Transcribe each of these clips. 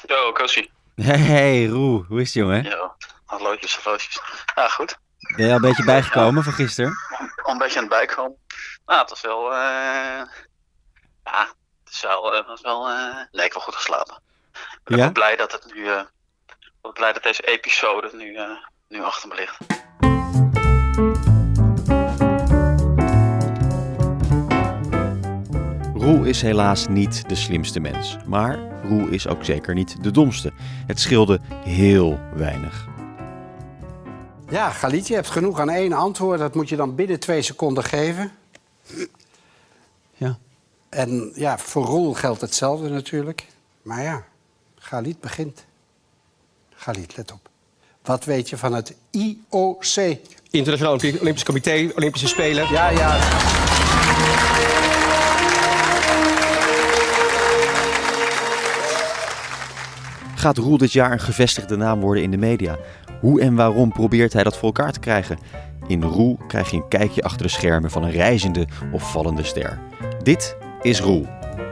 Yo, Kosie. Hey Roel, hoe is het jongen? Yo, hallootjes. Ja, goed. Ben je al een beetje bijgekomen van gisteren? Al een beetje aan het bijkomen. Nou, het was wel... ja, het is wel... nee, ik heb wel goed geslapen. Ik ben wel blij dat het nu... wel blij dat deze episode nu achter me ligt. Roel is helaas niet de slimste mens. Maar Roel is ook zeker niet de domste. Het scheelde heel weinig. Ja, Galit, je hebt genoeg aan één antwoord. Dat moet je dan binnen 2 seconden geven. Ja. En ja, voor Roel geldt hetzelfde natuurlijk. Maar ja, Galit begint. Galit, let op. Wat weet je van het IOC? Internationaal Olympisch Comité, Olympische Spelen. Ja. Gaat Roel dit jaar een gevestigde naam worden in de media? Hoe en waarom probeert hij dat voor elkaar te krijgen? In Roel krijg je een kijkje achter de schermen van een reizende of vallende ster. Dit is Roel.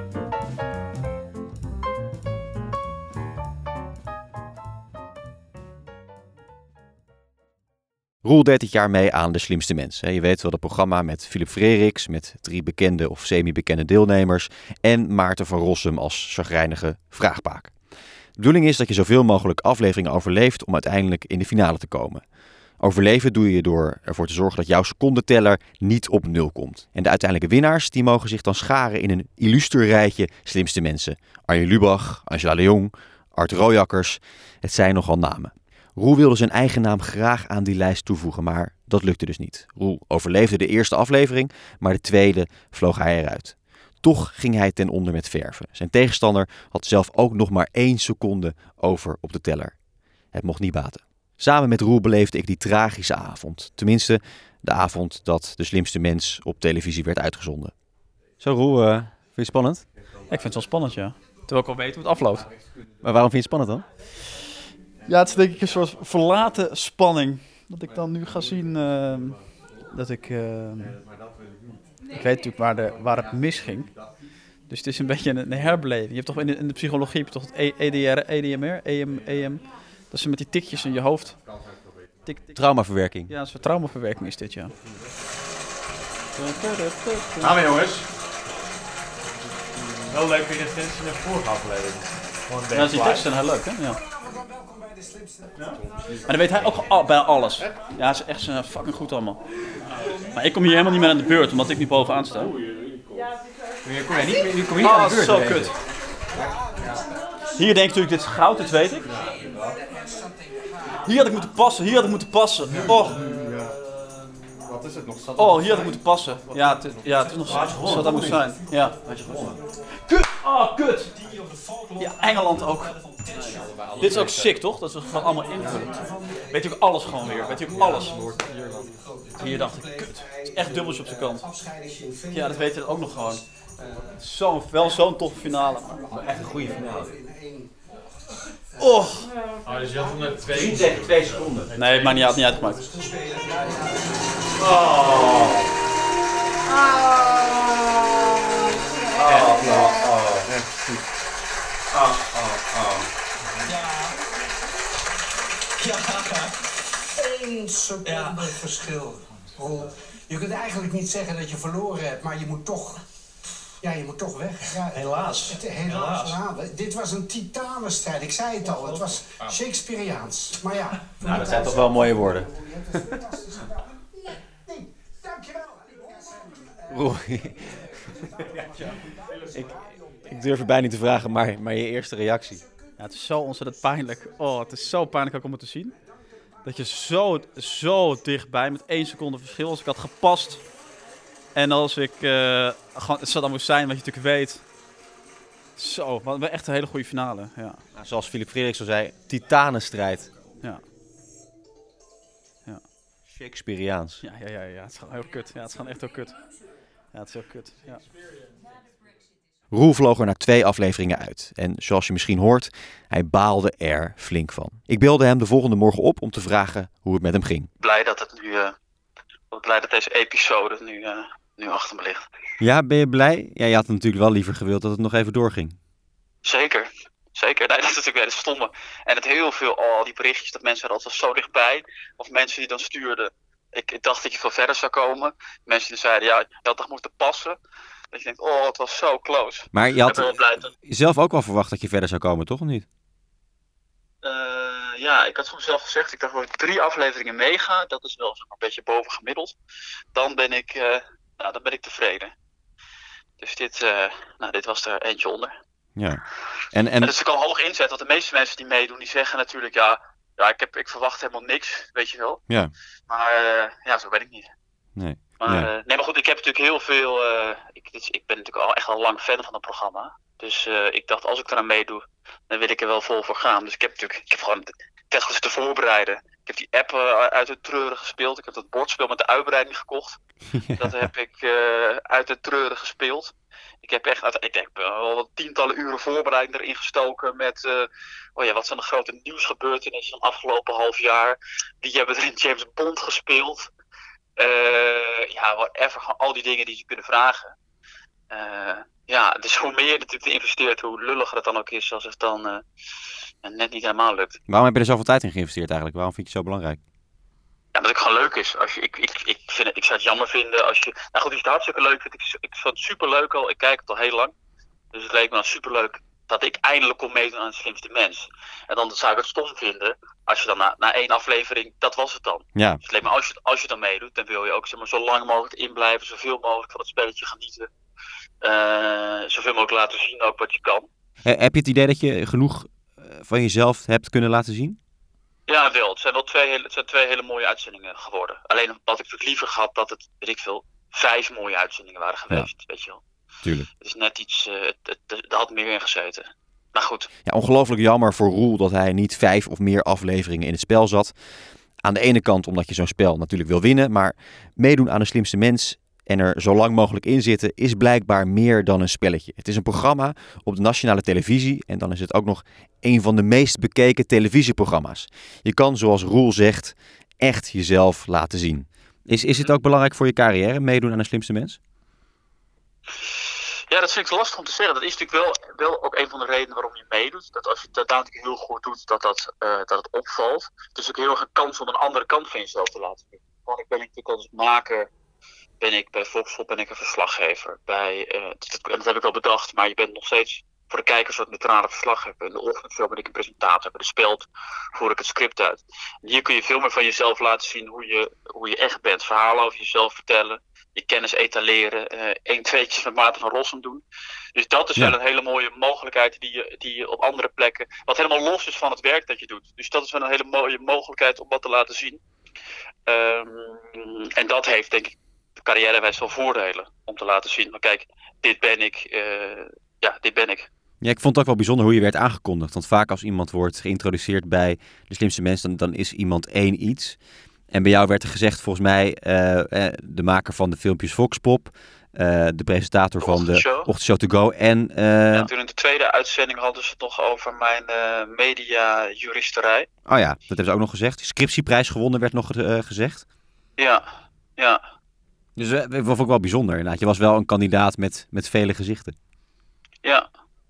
Roel deed dit jaar mee aan De Slimste Mens. Je weet wel, dat programma met Philip Freriks, met 3 bekende of semi-bekende deelnemers en Maarten van Rossum als chagrijnige vraagbaak. De bedoeling is dat je zoveel mogelijk afleveringen overleeft om uiteindelijk in de finale te komen. Overleven doe je door ervoor te zorgen dat jouw secondenteller niet op 0 komt. En de uiteindelijke winnaars die mogen zich dan scharen in een illuster rijtje slimste mensen. Arjen Lubach, Angela de Jong, Art Royakkers. Het zijn nogal namen. Roel wilde zijn eigen naam graag aan die lijst toevoegen, maar dat lukte dus niet. Roel overleefde de eerste aflevering, maar de tweede vloog hij eruit. Toch ging hij ten onder met verven. Zijn tegenstander had zelf ook nog maar 1 seconde over op de teller. Het mocht niet baten. Samen met Roel beleefde ik die tragische avond. Tenminste, de avond dat De Slimste Mens op televisie werd uitgezonden. Zo Roel, vind je het spannend? Ik vind het wel spannend, ja. Terwijl ik al weet hoe het afloopt. Maar waarom vind je het spannend dan? Ja, het is denk ik een soort verlaten spanning. Dat ik dan nu ga zien dat ik... ik weet natuurlijk waar het misging. Dus het is een beetje een herbeleving. Je hebt toch in de psychologie heb je toch het EDMR, EM. Dat is met die tikjes in je hoofd. Tik. Traumaverwerking. Ja, een soort traumaverwerking is dit, ja. Gaan we jongens. Wel leuke recensie naar vorige aflevering. Ja, die teksten zijn heel leuk, hè? Ja. Maar dan weet hij ook bij alles. Ja, het is echt fucking goed allemaal. Maar ik kom hier helemaal niet meer aan de beurt, omdat ik niet bovenaan sta. Nu kom je niet aan de beurt. Zo kut. Hier denk ik natuurlijk, dit is goud, dat weet ik. Hier had ik moeten passen. Oh. Wat is het nog? Oh, hier had ik moeten passen. Ja, het is nog zo dat moet zijn. Ja. Kut! Oh, kut! Ja, Engeland ook. Dit is ook sick, toch? Dat we het gewoon allemaal invullen. Weet je ook alles gewoon weer? Weet je ook alles? Hier dacht ik, kut. Het is echt dubbeltje op zijn kant. Ja, dat weet je ook nog gewoon. Wel zo'n toffe finale. Maar echt een goede finale. Oh! Dus je had hem net 2 tegen 2 seconden. Nee, maar niet uitgemaakt. Eén seconde verschil. Roel, je kunt eigenlijk niet zeggen dat je verloren hebt, maar je moet toch... Ja, je moet toch weg. Ja, Helaas. Helaas. Dit was een titanenstrijd. Ik zei het al, het was Shakespeareaans. Maar ja... Nou, dat zijn toch wel mooie woorden. Nee, dankjewel. Roel, ik durf er bijna niet te vragen, maar je eerste reactie. Ja, het is zo ontzettend pijnlijk. Oh, het is zo pijnlijk ook om het te zien. Dat je zo dichtbij, met 1 seconde verschil, als ik had gepast. En als ik gewoon het zou dan moest zijn, wat je natuurlijk weet. Zo, wat echt een hele goede finale. Ja. Nou, zoals Philip Freriks al zei, titanenstrijd. Ja. Shakespeareaans. Ja, het is gewoon heel kut. Ja, het is gewoon echt heel kut. Ja, het is heel kut. Ja. Roel vloog er na 2 afleveringen uit. En zoals je misschien hoort, hij baalde er flink van. Ik belde hem de volgende morgen op om te vragen hoe het met hem ging. Blij dat deze episode nu achter me ligt. Ja, ben je blij? Ja, je had natuurlijk wel liever gewild dat het nog even doorging. Zeker. zeker. Nee, dat is natuurlijk weer het stomme. En het heel veel, die berichtjes dat mensen er altijd zo dichtbij. Of mensen die dan stuurden. Ik dacht dat je veel verder zou komen. Mensen die zeiden, ja, je had toch moeten passen. Dat je denkt, het was zo close. Maar je had zelf ook wel verwacht dat je verder zou komen, toch? Of niet? Ja, ik had voor mezelf gezegd, ik dacht dat ik 3 afleveringen meega. Dat is wel een beetje boven gemiddeld. Dan ben ik tevreden. Dus dit was er eentje onder. Ja. En dat is ook al hoog inzet, want de meeste mensen die meedoen, die zeggen natuurlijk, ik verwacht helemaal niks, weet je wel. Ja. Maar zo ben ik niet. Nee. Maar goed, ik heb natuurlijk heel veel, ik ben natuurlijk echt al lang fan van het programma. Dus ik dacht, als ik eraan meedoe, dan wil ik er wel vol voor gaan. Dus ik heb gewoon test te voorbereiden. Ik heb die app uit het treuren gespeeld. Ik heb dat bordspel met de uitbreiding gekocht. Ja. Dat heb ik uit het treuren gespeeld. Ik heb wel tientallen uren voorbereiding erin gestoken met wat zijn de grote nieuwsgebeurtenissen van het afgelopen half jaar. Die hebben er in James Bond gespeeld. Whatever, gewoon al die dingen die je kunnen vragen. Dus hoe meer je natuurlijk investeert, hoe lulliger het dan ook is als het dan net niet helemaal lukt. Waarom heb je er zoveel tijd in geïnvesteerd eigenlijk? Waarom vind je het zo belangrijk? Ja, dat het gewoon leuk is. Ik zou het jammer vinden als je... Nou goed, als je het hartstikke leuk vindt. Ik vond het superleuk al. Ik kijk het al heel lang. Dus het leek me dan superleuk dat ik eindelijk kon meedoen aan de slimste mens. En dan zou ik het stom vinden als je dan na 1 aflevering, dat was het dan. Ja. Dus als je dan meedoet, dan wil je ook zo lang mogelijk inblijven, zoveel mogelijk van het spelletje genieten. Zoveel mogelijk laten zien ook wat je kan. Heb je het idee dat je genoeg van jezelf hebt kunnen laten zien? Ja, wel. Het zijn wel 2 hele mooie uitzendingen geworden. Alleen had ik natuurlijk liever gehad dat het, 5 mooie uitzendingen waren geweest, weet je wel. Tuurlijk. Het is net iets, er had meer in gezeten. Maar goed. Ja, ongelooflijk jammer voor Roel dat hij niet 5 of meer afleveringen in het spel zat. Aan de ene kant omdat je zo'n spel natuurlijk wil winnen, maar meedoen aan de slimste mens en er zo lang mogelijk in zitten is blijkbaar meer dan een spelletje. Het is een programma op de nationale televisie en dan is het ook nog een van de meest bekeken televisieprogramma's. Je kan, zoals Roel zegt, echt jezelf laten zien. Is het ook belangrijk voor je carrière, meedoen aan de slimste mens? Ja, dat vind ik lastig om te zeggen. Dat is natuurlijk wel ook een van de redenen waarom je meedoet. Dat als je het uiteindelijk heel goed doet, dat het opvalt. Het is ook heel erg een kans om een andere kant van jezelf te laten zien. Want ik ben natuurlijk als maker, bij Volkswagen ben ik een verslaggever. Dat heb ik al bedacht, maar je bent nog steeds voor de kijkers wat neutrale verslaggever. In de ochtendshow ben ik een presentator. Bij de Speld voer ik het script uit. En hier kun je veel meer van jezelf laten zien hoe je echt bent. Verhalen over jezelf vertellen. Je kennis etaleren. 1-2'tjes met Maarten van Rossum doen. Dus dat is wel een hele mooie mogelijkheid die je op andere plekken... Wat helemaal los is van het werk dat je doet. Dus dat is wel een hele mooie mogelijkheid om wat te laten zien. En dat heeft, denk ik, de carrièrewijs wel voordelen. Om te laten zien, maar kijk, dit ben ik. Dit ben ik. Ja, ik vond het ook wel bijzonder hoe je werd aangekondigd. Want vaak als iemand wordt geïntroduceerd bij de slimste mens, dan is iemand één iets. En bij jou werd er gezegd, volgens mij, de maker van de filmpjes Voxpop, de presentator van de Ochtendshow To Go. En, toen in de tweede uitzending hadden ze het nog over mijn media-juristerij. Oh ja, dat hebben ze ook nog gezegd. Scriptieprijs gewonnen werd nog gezegd. Ja. Dus dat vond ik wel bijzonder inderdaad. Je was wel een kandidaat met vele gezichten. Ja.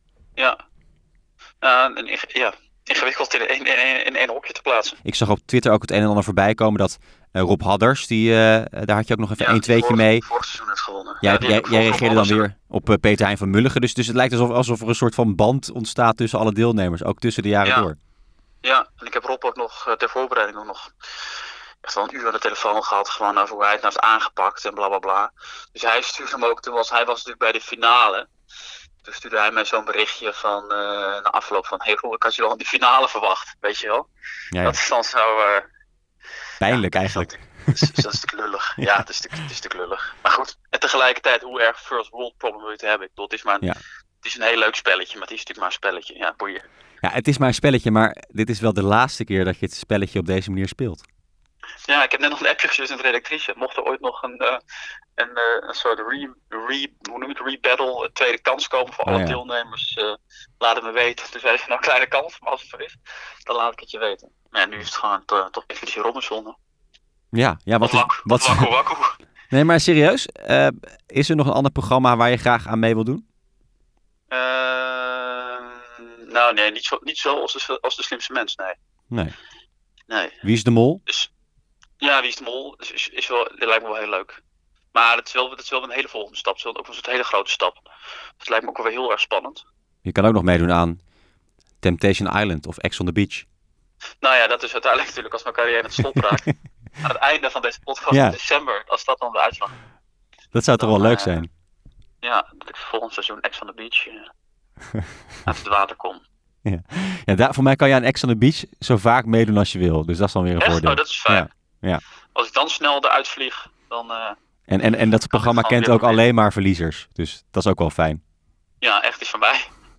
Ingewikkeld in één hokje te plaatsen. Ik zag op Twitter ook het een en ander voorbij komen dat Rob Hadders, daar had je ook nog even 1-2'tje mee. Vorig seizoen heeft gewonnen. Jij reageerde dan weer op Peter Hein van Mulligen. Dus het lijkt alsof er een soort van band ontstaat tussen alle deelnemers. Ook tussen de jaren door. Ja, en ik heb Rob ook nog ter voorbereiding nog echt wel een uur aan de telefoon gehad. Gewoon over hoe hij het nou heeft aangepakt en blablabla. Dus hij stuurde hem ook, hij was natuurlijk bij de finale. Toen stuurde hij mij zo'n berichtje van na afloop van... Hey Roel, ik had je wel in de finale verwacht, weet je wel? Ja. Dat is dan zo... pijnlijk eigenlijk. Dat is natuurlijk lullig. Ja, het is natuurlijk lullig. Maar goed, en tegelijkertijd hoe erg first world problem wil je te hebben. Het is een heel leuk spelletje, maar het is natuurlijk maar een spelletje. Ja, boeien. Ja, het is maar een spelletje, maar dit is wel de laatste keer dat je het spelletje op deze manier speelt. Ja, ik heb net nog een appje gestuurd aan de redactrice. Mocht er ooit nog een soort rebattle, tweede kans komen voor alle deelnemers, laat het me weten. Dus even een kleine kans, maar als het zo is, dan laat ik het je weten. Maar ja, nu is het gewoon toch even die Robinson. Ja, wat wakku. Nee, maar serieus, is er nog een ander programma waar je graag aan mee wil doen? Nou, nee, niet zo als de slimste mens, nee. Nee. Wie is de mol? Dus, ja, wie is de mol? Is wel, dat lijkt me wel heel leuk. Maar dat is wel een hele volgende stap. Het is ook wel een hele grote stap. Dus het lijkt me ook wel weer heel erg spannend. Je kan ook nog meedoen aan Temptation Island of Ex on the Beach. Nou ja, dat is uiteindelijk natuurlijk als mijn carrière het slot raakt. Aan het einde van deze podcast in december, als dat dan de uitslag. Dat zou toch wel leuk zijn? Ja, dat ik volgend seizoen Ex on the Beach uit het water kom. Ja, voor mij kan je aan Ex on the Beach zo vaak meedoen als je wil. Dus dat is dan weer een voordeel. Oh, dat is fijn. Ja. Als ik dan snel eruit vlieg, dan... En dat programma kent ook alleen maar verliezers. Dus dat is ook wel fijn. Ja, echt iets van mij.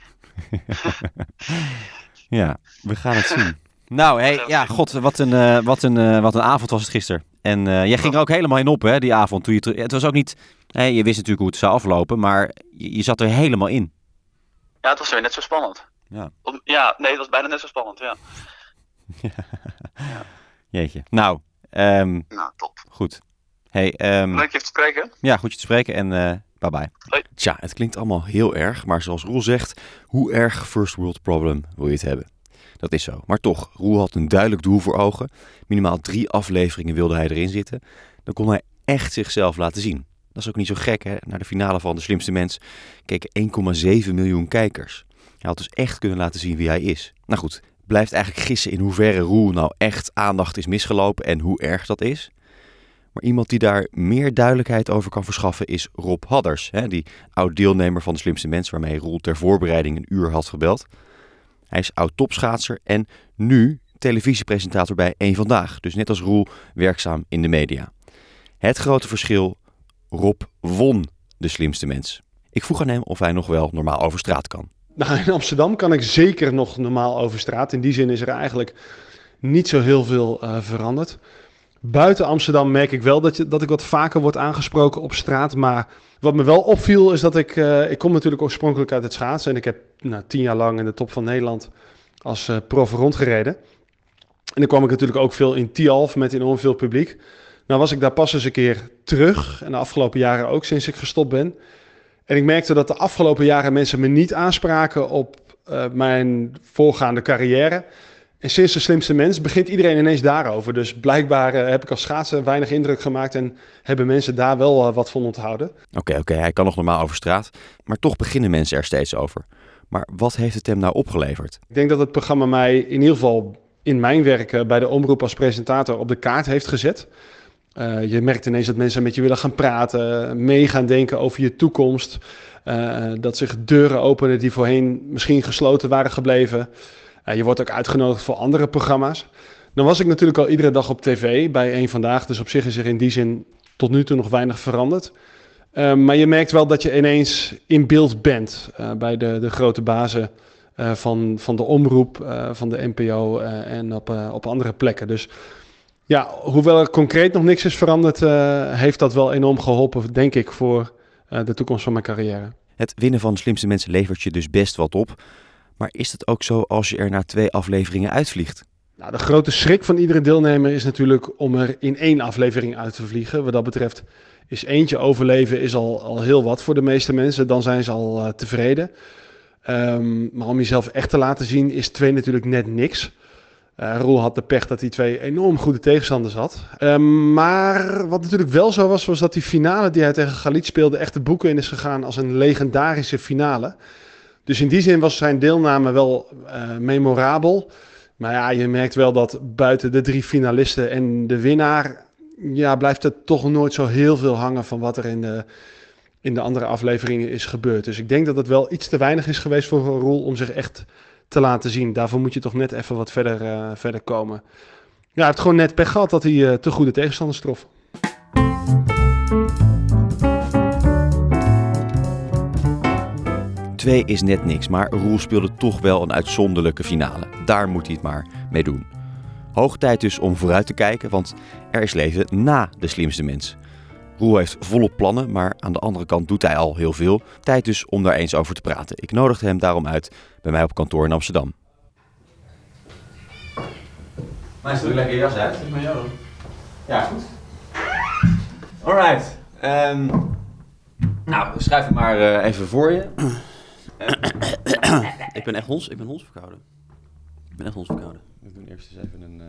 Ja, we gaan het zien. Nou, god, wat een avond was het gisteren. En jij ging er ook helemaal in op, hè, die avond. Toen het was ook niet... je wist natuurlijk hoe het zou aflopen, maar je zat er helemaal in. Ja, het was weer net zo spannend. Ja. Het was bijna net zo spannend, ja. Jeetje. Nou, top. Goed. Hey, leuk je te spreken. Ja, goed je te spreken en bye bye. Hoi. Tja, het klinkt allemaal heel erg, maar zoals Roel zegt, hoe erg first world problem wil je het hebben? Dat is zo. Maar toch, Roel had een duidelijk doel voor ogen. Minimaal 3 afleveringen wilde hij erin zitten. Dan kon hij echt zichzelf laten zien. Dat is ook niet zo gek, hè? Naar de finale van De Slimste Mens keken 1,7 miljoen kijkers. Hij had dus echt kunnen laten zien wie hij is. Nou goed, blijft eigenlijk gissen in hoeverre Roel nou echt aandacht is misgelopen en hoe erg dat is. Maar iemand die daar meer duidelijkheid over kan verschaffen is Rob Hadders. Hè? Die oud-deelnemer van De Slimste Mens waarmee Roel ter voorbereiding een uur had gebeld. Hij is oud-topschaatser en nu televisiepresentator bij Eén Vandaag. Dus net als Roel werkzaam in de media. Het grote verschil, Rob won De Slimste Mens. Ik vroeg aan hem of hij nog wel normaal over straat kan. Nou, in Amsterdam kan ik zeker nog normaal over straat. In die zin is er eigenlijk niet zo heel veel veranderd. Buiten Amsterdam merk ik wel dat ik wat vaker word aangesproken op straat. Maar wat me wel opviel is dat ik kom natuurlijk oorspronkelijk uit het schaatsen. En ik heb 10 jaar lang in de top van Nederland als prof rondgereden. En dan kwam ik natuurlijk ook veel in Tialf met enorm veel publiek. Nou was ik daar pas eens een keer terug. En de afgelopen jaren ook sinds ik gestopt ben. En ik merkte dat de afgelopen jaren mensen me niet aanspraken op mijn voorgaande carrière. En sinds De Slimste Mens begint iedereen ineens daarover. Dus blijkbaar heb ik als schaatser weinig indruk gemaakt en hebben mensen daar wel wat van onthouden. Oké, hij kan nog normaal over straat, maar toch beginnen mensen er steeds over. Maar wat heeft het hem nou opgeleverd? Ik denk dat het programma mij in ieder geval in mijn werk bij de omroep als presentator op de kaart heeft gezet. Je merkt ineens dat mensen met je willen gaan praten, mee gaan denken over je toekomst. Dat zich deuren openen die voorheen misschien gesloten waren gebleven. Je wordt ook uitgenodigd voor andere programma's. Dan was ik natuurlijk al iedere dag op tv bij Eén Vandaag. Dus op zich is er in die zin tot nu toe nog weinig veranderd. Maar je merkt wel dat je ineens in beeld bent bij de grote bazen van de omroep, van de NPO en op andere plekken. Dus ja, hoewel er concreet nog niks is veranderd, heeft dat wel enorm geholpen, denk ik, voor de toekomst van mijn carrière. Het winnen van De Slimste Mensen levert je dus best wat op. Maar is het ook zo als je er na 2 afleveringen uitvliegt? Nou, de grote schrik van iedere deelnemer is natuurlijk om er in 1 aflevering uit te vliegen. Wat dat betreft is eentje overleven is al heel wat voor de meeste mensen. Dan zijn ze al tevreden. Maar om jezelf echt te laten zien is 2 natuurlijk net niks. Roel had de pech dat hij 2 enorm goede tegenstanders had. Maar wat natuurlijk wel zo was dat die finale die hij tegen Galit speelde echt de boeken in is gegaan als een legendarische finale. Dus in die zin was zijn deelname wel memorabel. Maar ja, je merkt wel dat buiten de 3 finalisten en de winnaar, ja, blijft het toch nooit zo heel veel hangen van wat er in de andere afleveringen is gebeurd. Dus ik denk dat het wel iets te weinig is geweest voor Roel om zich echt te laten zien. Daarvoor moet je toch net even wat verder komen. Ja, hij heeft gewoon net pech gehad dat hij te goede tegenstanders trof. Twee is net niks, maar Roel speelde toch wel een uitzonderlijke finale. Daar moet hij het maar mee doen. Hoog tijd dus om vooruit te kijken, want er is leven na De Slimste Mens. Roel heeft volop plannen, maar aan de andere kant doet hij al heel veel. Tijd dus om daar eens over te praten. Ik nodigde hem daarom uit bij mij op kantoor in Amsterdam. Maar doe je lekker je jas uit? Met jou dan? Ja, goed. Alright. Nou, schrijf het maar even voor je. Ik ben hondsverkouden. We doen eerst eens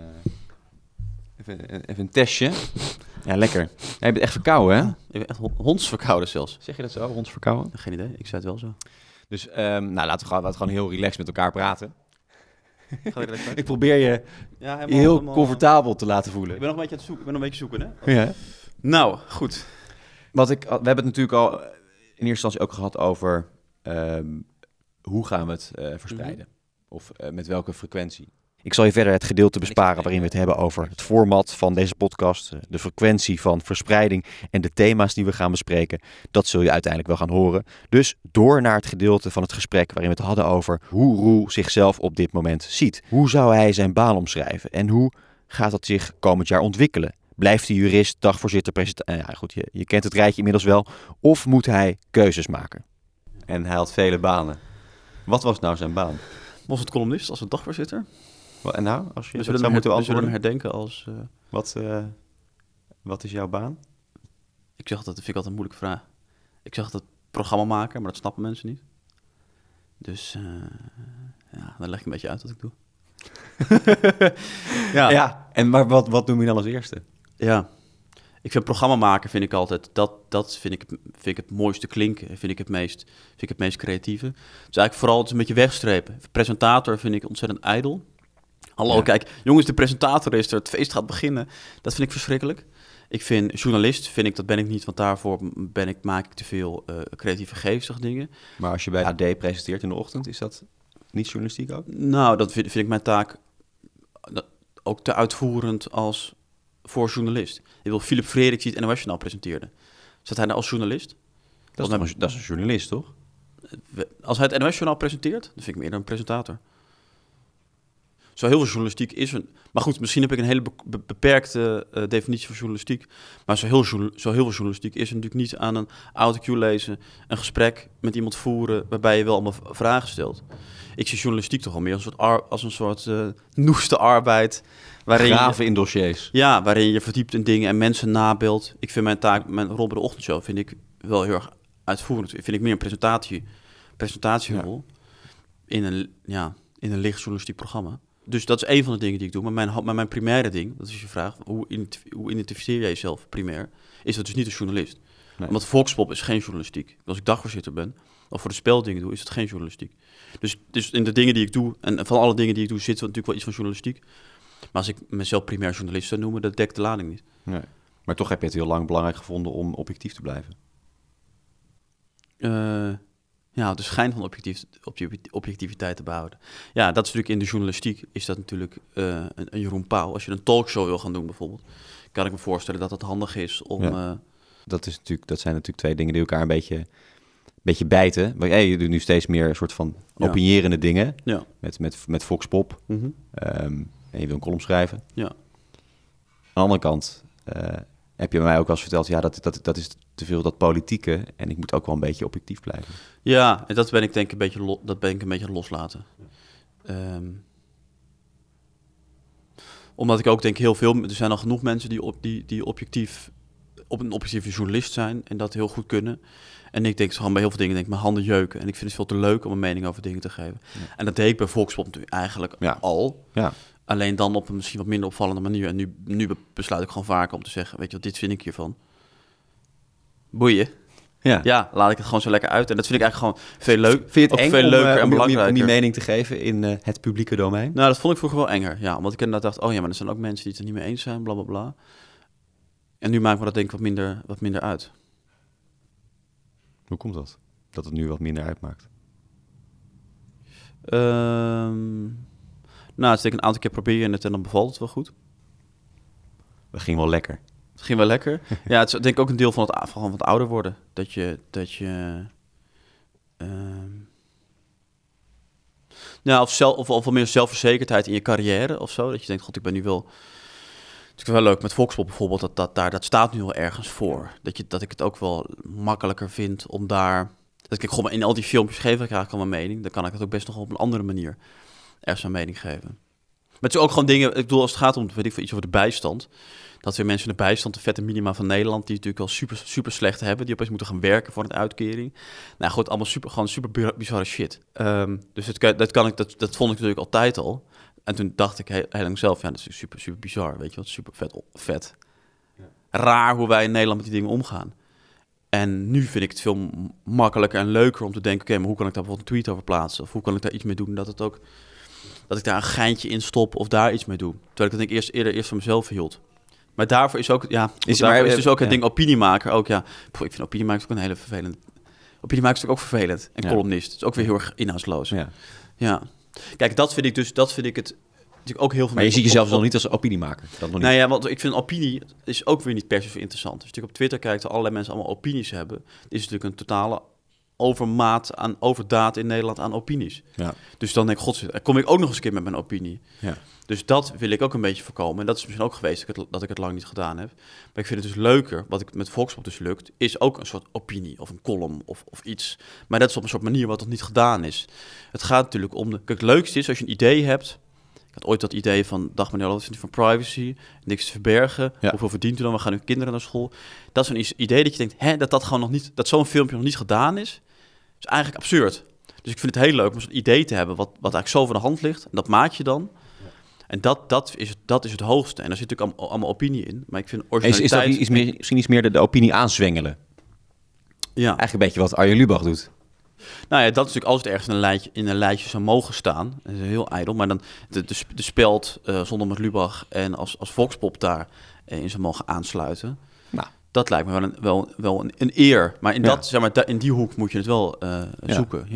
even een testje. Ja, lekker. Jij bent echt verkouden, hè? Ik ben echt hondsverkouden zelfs. Zeg je dat zo, hondsverkouden? Geen idee, ik zei het wel zo. Dus laten we gewoon heel relaxed met elkaar praten. Ik Ik probeer je heel comfortabel te laten voelen. Ik ben nog een beetje aan het zoeken. Ik ben nog een beetje zoeken, hè? Ja. Nou, goed. We hebben het natuurlijk al in eerste instantie ook gehad over hoe gaan we het verspreiden? Of met welke frequentie? Ik zal je verder het gedeelte besparen waarin we het hebben over het format van deze podcast, de frequentie van verspreiding en de thema's die we gaan bespreken. Dat zul je uiteindelijk wel gaan horen. Dus door naar het gedeelte van het gesprek waarin we het hadden over hoe Roel zichzelf op dit moment ziet. Hoe zou hij zijn baan omschrijven en hoe gaat dat zich komend jaar ontwikkelen? Blijft hij jurist, dagvoorzitter, presentator? Ja, goed, je kent het rijtje inmiddels wel. Of moet hij keuzes maken? En hij had vele banen. Wat was nou zijn baan? Was het columnist als een dagvoorzitter? En nou, als je We dat zou moeten zullen hem antwoorden? herdenken als... Wat is jouw baan? dat vind ik altijd een moeilijke vraag. Ik zeg dat programma maken, maar dat snappen mensen niet. Dus dan leg ik een beetje uit wat ik doe. Ja, en maar wat noem je dan als eerste? Ja, ik vind programma maken vind ik altijd, dat vind ik het mooiste klinken, vind ik het meest creatieve. Dus eigenlijk vooral het is een beetje wegstrepen. Presentator vind ik ontzettend ijdel. Hallo, kijk, jongens, de presentator is er, het feest gaat beginnen. Dat vind ik verschrikkelijk. Ik vind journalist, dat ben ik niet, want daarvoor maak ik te veel creatieve geestige dingen. Maar als je bij AD presenteert in de ochtend, is dat niet journalistiek ook? Nou, dat vind ik mijn taak ook te uitvoerend als voor journalist. Je wil Philip Freriks die het NOS-journaal presenteerde. Zat hij nou als journalist? Dat is een journalist, toch? Als hij het NOS-journaal presenteert, dan vind ik hem eerder een presentator. Zo heel veel journalistiek is er... Maar goed, misschien heb ik een hele beperkte definitie van journalistiek. Maar zo heel veel journalistiek is er natuurlijk niet aan een autocue lezen, een gesprek met iemand voeren, waarbij je wel allemaal vragen stelt. Ik zie journalistiek toch al meer als een soort noeste arbeid. Graven in dossiers. Ja, waarin je verdiept in dingen en mensen nabeeldt. Ik vind mijn rol bij de ochtendshow vind ik wel heel erg uitvoerend. Vind ik meer een presentatierol in een licht journalistiek programma. Dus dat is één van de dingen die ik doe. Maar mijn primaire ding, dat is je vraag, hoe identificeer jij jezelf primair? Is dat dus niet een journalist. Nee. Omdat Volkspop is geen journalistiek. Als ik dagvoorzitter ben, of voor de speldingen doe, is het geen journalistiek. Dus in de dingen die ik doe, en van alle dingen die ik doe, zit er natuurlijk wel iets van journalistiek. Maar als ik mezelf primair journalist zou noemen, dat dekt de lading niet. Nee. Maar toch heb je het heel lang belangrijk gevonden om objectief te blijven. De schijn van objectiviteit te behouden. Ja, dat is natuurlijk in de journalistiek, is dat natuurlijk een Jeroen Pauw. Als je een talkshow wil gaan doen bijvoorbeeld, kan ik me voorstellen dat het handig is om... Ja. Dat zijn natuurlijk twee dingen die elkaar een beetje bijten. Maar, je doet nu steeds meer een soort van opinierende dingen. Ja. Met Volkspop. Mm-hmm. En je wil een column schrijven. Ja. Aan de andere kant heb je mij ook wel eens verteld... dat is te veel dat politieke... en ik moet ook wel een beetje objectief blijven. Ja, en dat ben ik denk een beetje aan het loslaten. Omdat ik ook denk er zijn al genoeg mensen die objectief... op een objectieve journalist zijn en dat heel goed kunnen. En ik denk gewoon bij heel veel dingen, mijn handen jeuken. En ik vind het veel te leuk om een mening over dingen te geven. Ja. En dat deed ik bij Volkspop natuurlijk eigenlijk al. Ja. Alleen dan op een misschien wat minder opvallende manier. En nu besluit ik gewoon vaker om te zeggen, weet je wat, dit vind ik hiervan. Boeien. Ja, laat ik het gewoon zo lekker uit. En dat vind ik eigenlijk gewoon veel leuk. Vind je het eng veel leuker en belangrijker om die mening te geven in het publieke domein? Nou, dat vond ik vroeger wel enger. Ja, omdat ik inderdaad dacht, maar er zijn ook mensen die het er niet mee eens zijn, bla bla bla. En nu maakt me dat denk ik wat minder uit. Hoe komt dat? Dat het nu wat minder uitmaakt? Het is een aantal keer proberen het en dan bevalt het wel goed. Dat ging wel lekker. Het ging wel lekker. Ja, het is denk ik ook een deel van het ouder worden. Dat je of wel meer zelfverzekerdheid in je carrière of zo. Dat je denkt, god, ik ben nu wel... Het is wel leuk met Volkspop bijvoorbeeld, dat staat nu wel ergens voor. Dat ik het ook wel makkelijker vind om daar... Dat ik gewoon in al die filmpjes geef ik eigenlijk al mijn mening. Dan kan ik het ook best nog op een andere manier ergens mijn mening geven. het is ook gewoon dingen, ik bedoel, als het gaat om, weet ik veel, iets over de bijstand, dat weer mensen in de bijstand, de vette minima van Nederland, die natuurlijk al super slecht hebben, die opeens moeten gaan werken voor een uitkering. Nou goed, allemaal super bizarre shit. Dus dat vond ik natuurlijk altijd al. En toen dacht ik heel lang zelf, ja, dat is super bizar, weet je wat, super vet. Ja. Raar hoe wij in Nederland met die dingen omgaan. En nu vind ik het veel makkelijker en leuker om te denken, oké, maar hoe kan ik daar bijvoorbeeld een tweet over plaatsen? Of hoe kan ik daar iets mee doen dat ik daar een geintje in stop of daar iets mee doe? Terwijl ik dat eerst van mezelf hield. Maar daarvoor is ook, is dus ook het ding opiniemaker ook, ja. Ik vind opiniemakers ook een hele vervelend. Opiniemakers is ook vervelend. En columnist. Het is ook weer heel erg inhoudsloos. Ja. Kijk, dat vind ik het ook heel veel. Maar je ziet jezelf nog niet als opiniemaker. Dat nog niet. Nou ja, want ik vind opinie is ook weer niet per se interessant. Als je natuurlijk op Twitter kijkt, waar allerlei mensen allemaal opinies hebben, is natuurlijk een totale overdaad in Nederland aan opinies. Ja. Dus dan denk ik, dan kom ik ook nog eens een keer met mijn opinie. Ja. Dus dat wil ik ook een beetje voorkomen. En dat is misschien ook geweest dat ik het lang niet gedaan heb. Maar ik vind het dus leuker, wat ik met Volkspop dus lukt, is ook een soort opinie of een column of iets. Maar dat is op een soort manier wat nog niet gedaan is. Het gaat natuurlijk om kijk, het leukste is als je een idee hebt. Ik had ooit dat idee van, dag meneer, wat vindt u van privacy? Niks te verbergen. Ja. Hoeveel verdient u dan? We gaan uw kinderen naar school. Dat is een idee dat je denkt, dat gewoon nog niet, dat zo'n filmpje nog niet gedaan is eigenlijk absurd. Dus ik vind het heel leuk om zo'n idee te hebben wat eigenlijk zo voor de hand ligt. En dat maak je dan. En dat is het hoogste. En daar zit natuurlijk allemaal opinie in. Maar ik vind originaliteit... Is dat misschien iets meer de opinie aanzwengelen? Ja. Eigenlijk een beetje wat Arjen Lubach doet. Nou ja, dat is natuurlijk als het ergens in een lijstje zou mogen staan. Dat is heel ijdel. Maar dan de speld zonder met Lubach en als Volkspop daar in zou mogen aansluiten. Nou. Dat lijkt me wel een eer. Maar in die hoek moet je het wel zoeken.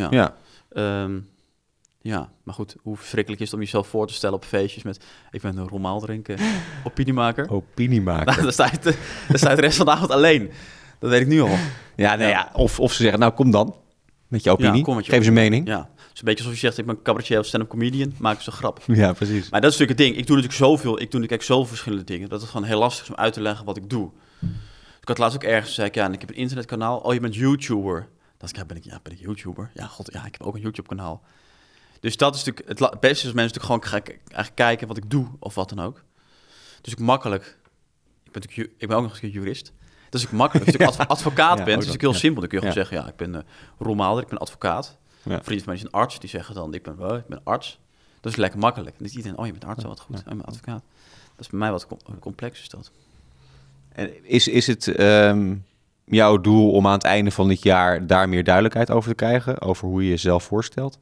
Ja, maar goed, hoe verschrikkelijk is het om jezelf voor te stellen op feestjes met... Ik ben een romaal drinken, opiniemaker. Opiniemaker. Nou, dan sta je de rest van de avond alleen. Dat weet ik nu al. Ja. Of ze zeggen, nou kom dan met je opinie. Geef ze mening. Ja, het is een beetje alsof je zegt, ik ben cabaretier of stand-up comedian. Maak eens een grap. Ja, precies. Maar dat is natuurlijk het ding. Ik doe natuurlijk zoveel verschillende dingen. Dat het gewoon heel lastig is om uit te leggen wat ik doe. Ik had laatst ook ergens gezegd, en ik heb een internetkanaal. Oh, je bent YouTuber. Ben ik YouTuber? Ja, god, ja, ik heb ook een YouTube-kanaal. Dus dat is natuurlijk het beste is mensen natuurlijk gewoon eigenlijk kijken wat ik doe of wat dan ook. Dus ik makkelijk. Ik ben ook nog eens een jurist. Dat is ook makkelijk. Als je natuurlijk advocaat bent, is het natuurlijk heel simpel. Dan kun je gewoon zeggen, ik ben Romaalder, ik ben advocaat. Ja. Een vriend van mij is een arts, die zeggen dan, ik ben arts. Dat is lekker makkelijk. En dan is iedereen, je bent arts, wat goed. Ik ben advocaat. Dat is bij mij wat complex is dat. En is het jouw doel om aan het einde van dit jaar daar meer duidelijkheid over te krijgen? Over hoe je jezelf voorstelt?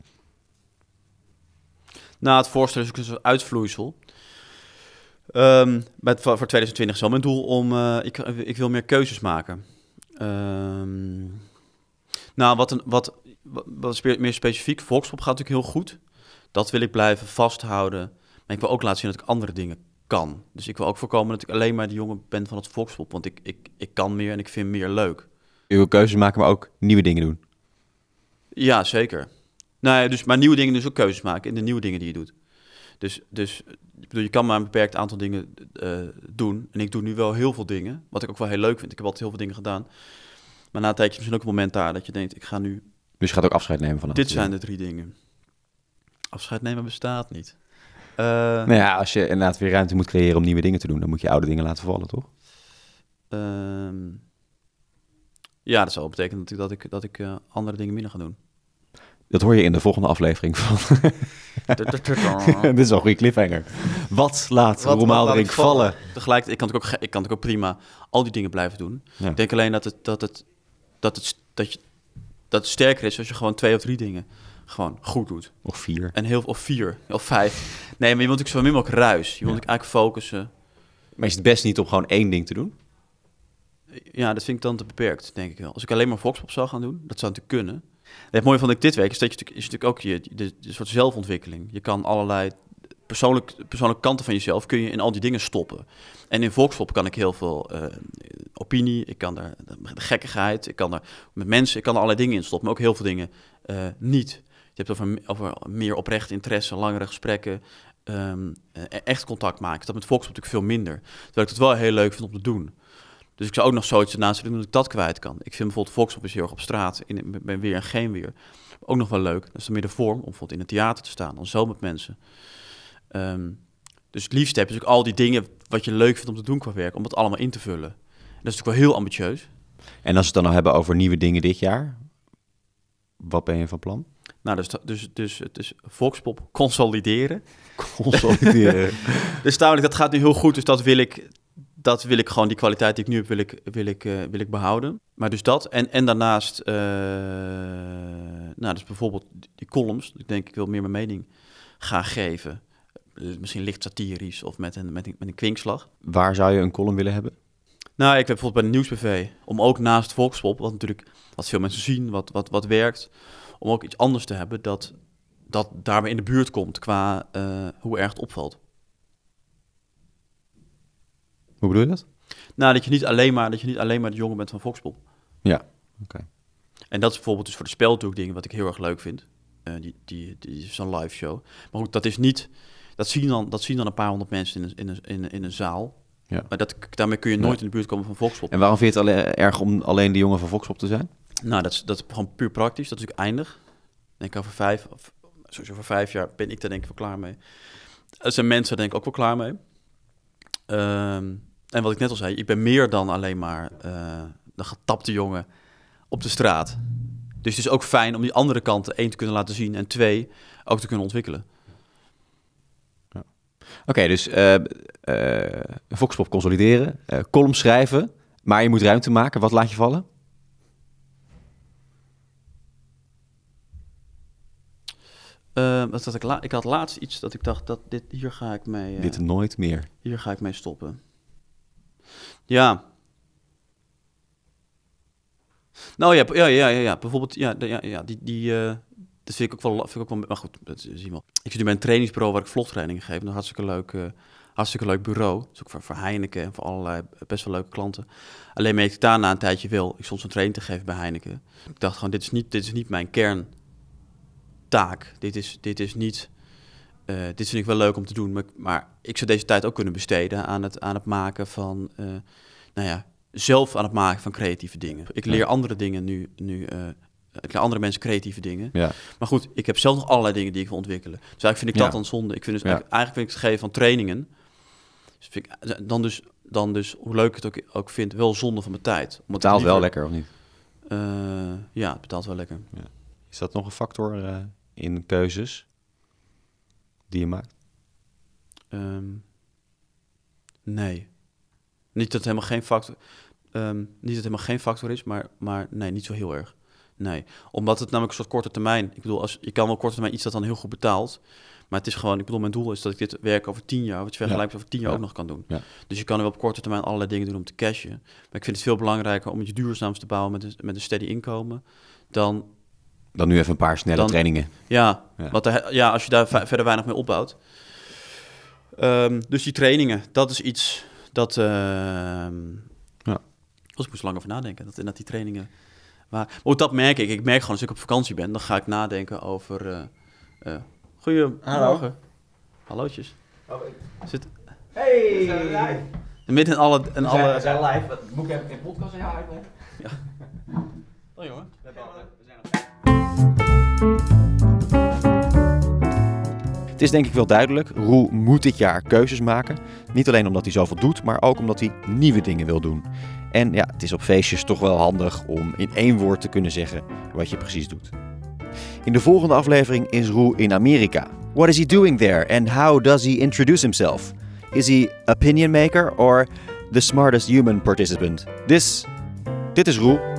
Nou, het voorstel is ook een soort uitvloeisel. Voor 2020 is wel mijn doel om... Ik wil meer keuzes maken. Wat meer specifiek. Volkspop gaat natuurlijk heel goed. Dat wil ik blijven vasthouden. Maar ik wil ook laten zien dat ik andere dingen kan. Dus ik wil ook voorkomen dat ik alleen maar de jongen ben van het Volkspop. Want ik kan meer en ik vind meer leuk. Je wil keuzes maken, maar ook nieuwe dingen doen. Ja, zeker. Nou ja, maar nieuwe dingen dus ook keuzes maken in de nieuwe dingen die je doet. Dus je kan maar een beperkt aantal dingen doen. En ik doe nu wel heel veel dingen, wat ik ook wel heel leuk vind. Ik heb altijd heel veel dingen gedaan. Maar na een tijdje is misschien ook een moment daar dat je denkt, ik ga nu... Dus je gaat ook afscheid nemen van dit zijn de 3 dingen. Afscheid nemen bestaat niet. Als je inderdaad weer ruimte moet creëren om nieuwe dingen te doen, dan moet je oude dingen laten vallen, toch? Ja, dat zal betekenen dat ik andere dingen minder ga doen. Dat hoor je in de volgende aflevering van... Dit is al een goede cliffhanger. Wat laat Romaalderink vallen? Tegelijkertijd, ik kan ook prima al die dingen blijven doen. Ja. Ik denk alleen dat het sterker is als je gewoon 2 of 3 dingen gewoon goed doet. Of 4. Of 4, of 5. Nee, maar je wilt natuurlijk zo min mogelijk ruis. Je wilt eigenlijk focussen. Maar is het best niet om gewoon 1 ding te doen? Ja, dat vind ik dan te beperkt, denk ik wel. Als ik alleen maar Volkspop zou gaan doen, dat zou natuurlijk kunnen. Het mooie van dit week is natuurlijk ook de soort zelfontwikkeling. Je kan allerlei persoonlijke kanten van jezelf kun je in al die dingen stoppen. En in Volkspop kan ik heel veel opinie, ik kan daar de gekkigheid, ik kan daar met mensen, ik kan er allerlei dingen in stoppen, maar ook heel veel dingen niet. Je hebt over meer oprecht interesse, langere gesprekken, echt contact maken. Dat met Volkspop natuurlijk veel minder. Terwijl ik het wel heel leuk vind om te doen. Dus ik zou ook nog zoiets ernaast doen dat ik dat kwijt kan. Ik vind bijvoorbeeld Volkspop is heel erg op straat, bij weer en geen weer. Ook nog wel leuk. Dat is dan meer de vorm om bijvoorbeeld in het theater te staan, dan zo met mensen. Dus het liefst heb je dus ook al die dingen wat je leuk vindt om te doen qua werk, om dat allemaal in te vullen. En dat is natuurlijk wel heel ambitieus. En als we het dan nou hebben over nieuwe dingen dit jaar, wat ben je van plan? Nou, dus het is Voxpop consolideren. Dus namelijk, dat gaat nu heel goed, dus dat wil ik gewoon, die kwaliteit die ik nu heb, wil ik behouden. Maar dus dat, en daarnaast, dus bijvoorbeeld die columns, ik denk ik wil meer mijn mening gaan geven. Misschien licht satirisch of met een kwinkslag. Waar zou je een column willen hebben? Nou, ik heb bijvoorbeeld bij de Nieuwsbv, om ook naast Voxpop, wat veel mensen zien, wat werkt, om ook iets anders te hebben dat daarbij in de buurt komt qua hoe erg het opvalt. Hoe bedoel je dat? Nou, dat je niet alleen maar de jongen bent van Voxpop. Ja, oké. En dat is bijvoorbeeld dus voor de speldoekdingen wat ik heel erg leuk vind. Die zo'n live show. Maar goed, dat zien dan een paar honderd mensen in een zaal. Ja. Maar daarmee kun je nooit in de buurt komen van Voxpop. En waarom vind je het erg om alleen de jongen van Voxpop te zijn? Nou, dat is gewoon puur praktisch. Dat is natuurlijk eindig. Denk over 5 jaar ben ik daar denk ik wel klaar mee. Er zijn mensen denk ik ook wel klaar mee. En wat ik net al zei, ik ben meer dan alleen maar de getapte jongen op de straat. Dus het is ook fijn om die andere kanten 1 te kunnen laten zien en 2 ook te kunnen ontwikkelen. Ja. Oké, dus Voxpop consolideren, column schrijven, maar je moet ruimte maken. Wat laat je vallen? Ik had laatst iets dat ik dacht dat hier ga ik mee. Dit nooit meer. Hier ga ik mee stoppen. Ja. Nou ja. Bijvoorbeeld, dat vind ik ook wel. Maar goed, dat zien we wel. Ik zit nu bij een trainingsbureau waar ik vlogtrainingen geef. Een hartstikke leuk bureau. Dat is ook voor Heineken en voor allerlei best wel leuke klanten. Alleen merkte ik daarna een tijdje wel. Ik stond zo'n training te geven bij Heineken. Ik dacht gewoon, dit is niet mijn kerntaak. Dit vind ik wel leuk om te doen, maar ik zou deze tijd ook kunnen besteden aan het maken van, zelf aan het maken van creatieve dingen. Ik leer andere dingen nu ik leer andere mensen creatieve dingen. Ja. Maar goed, ik heb zelf nog allerlei dingen die ik wil ontwikkelen. Dus eigenlijk vind ik dat dan zonde. Ik vind eigenlijk vind ik het geven van trainingen, dus vind ik, dan dus hoe leuk ik het ook vind, wel zonde van mijn tijd. Het betaalt wel lekker, of niet? Ja, het betaalt wel lekker. Ja. Is dat nog een factor in keuzes die je maakt? Nee. Niet dat het helemaal geen factor is, maar nee, niet zo heel erg. Nee, omdat het namelijk een soort korte termijn. Ik bedoel, je kan wel korte termijn iets dat dan heel goed betaalt. Maar het is gewoon, mijn doel is dat ik dit werk over 10 jaar, wat je vergelijkt over 10 jaar ook nog kan doen. Ja. Dus je kan er wel op korte termijn allerlei dingen doen om te cashen. Maar ik vind het veel belangrijker om je duurzaams te bouwen met een steady inkomen dan nu even een paar snelle trainingen. Ja. Als je daar verder weinig mee opbouwt. Dus die trainingen, dat is iets dat... Ik moest langer over nadenken. Dat die trainingen... Maar dat merk ik. Ik merk gewoon als ik op vakantie ben, dan ga ik nadenken over... Goedemorgen. Hallootjes. Hey! Midden in alle... We zijn live. Moet ik even in podcast aan jou uitleggen? Ja. Oh jongen. Het is denk ik wel duidelijk, Roel moet dit jaar keuzes maken. Niet alleen omdat hij zoveel doet, maar ook omdat hij nieuwe dingen wil doen. En ja, het is op feestjes toch wel handig om in 1 woord te kunnen zeggen wat je precies doet. In de volgende aflevering is Roel in Amerika. What is he doing there and how does he introduce himself? Is he opinion maker or the smartest human participant? Dit is Roel.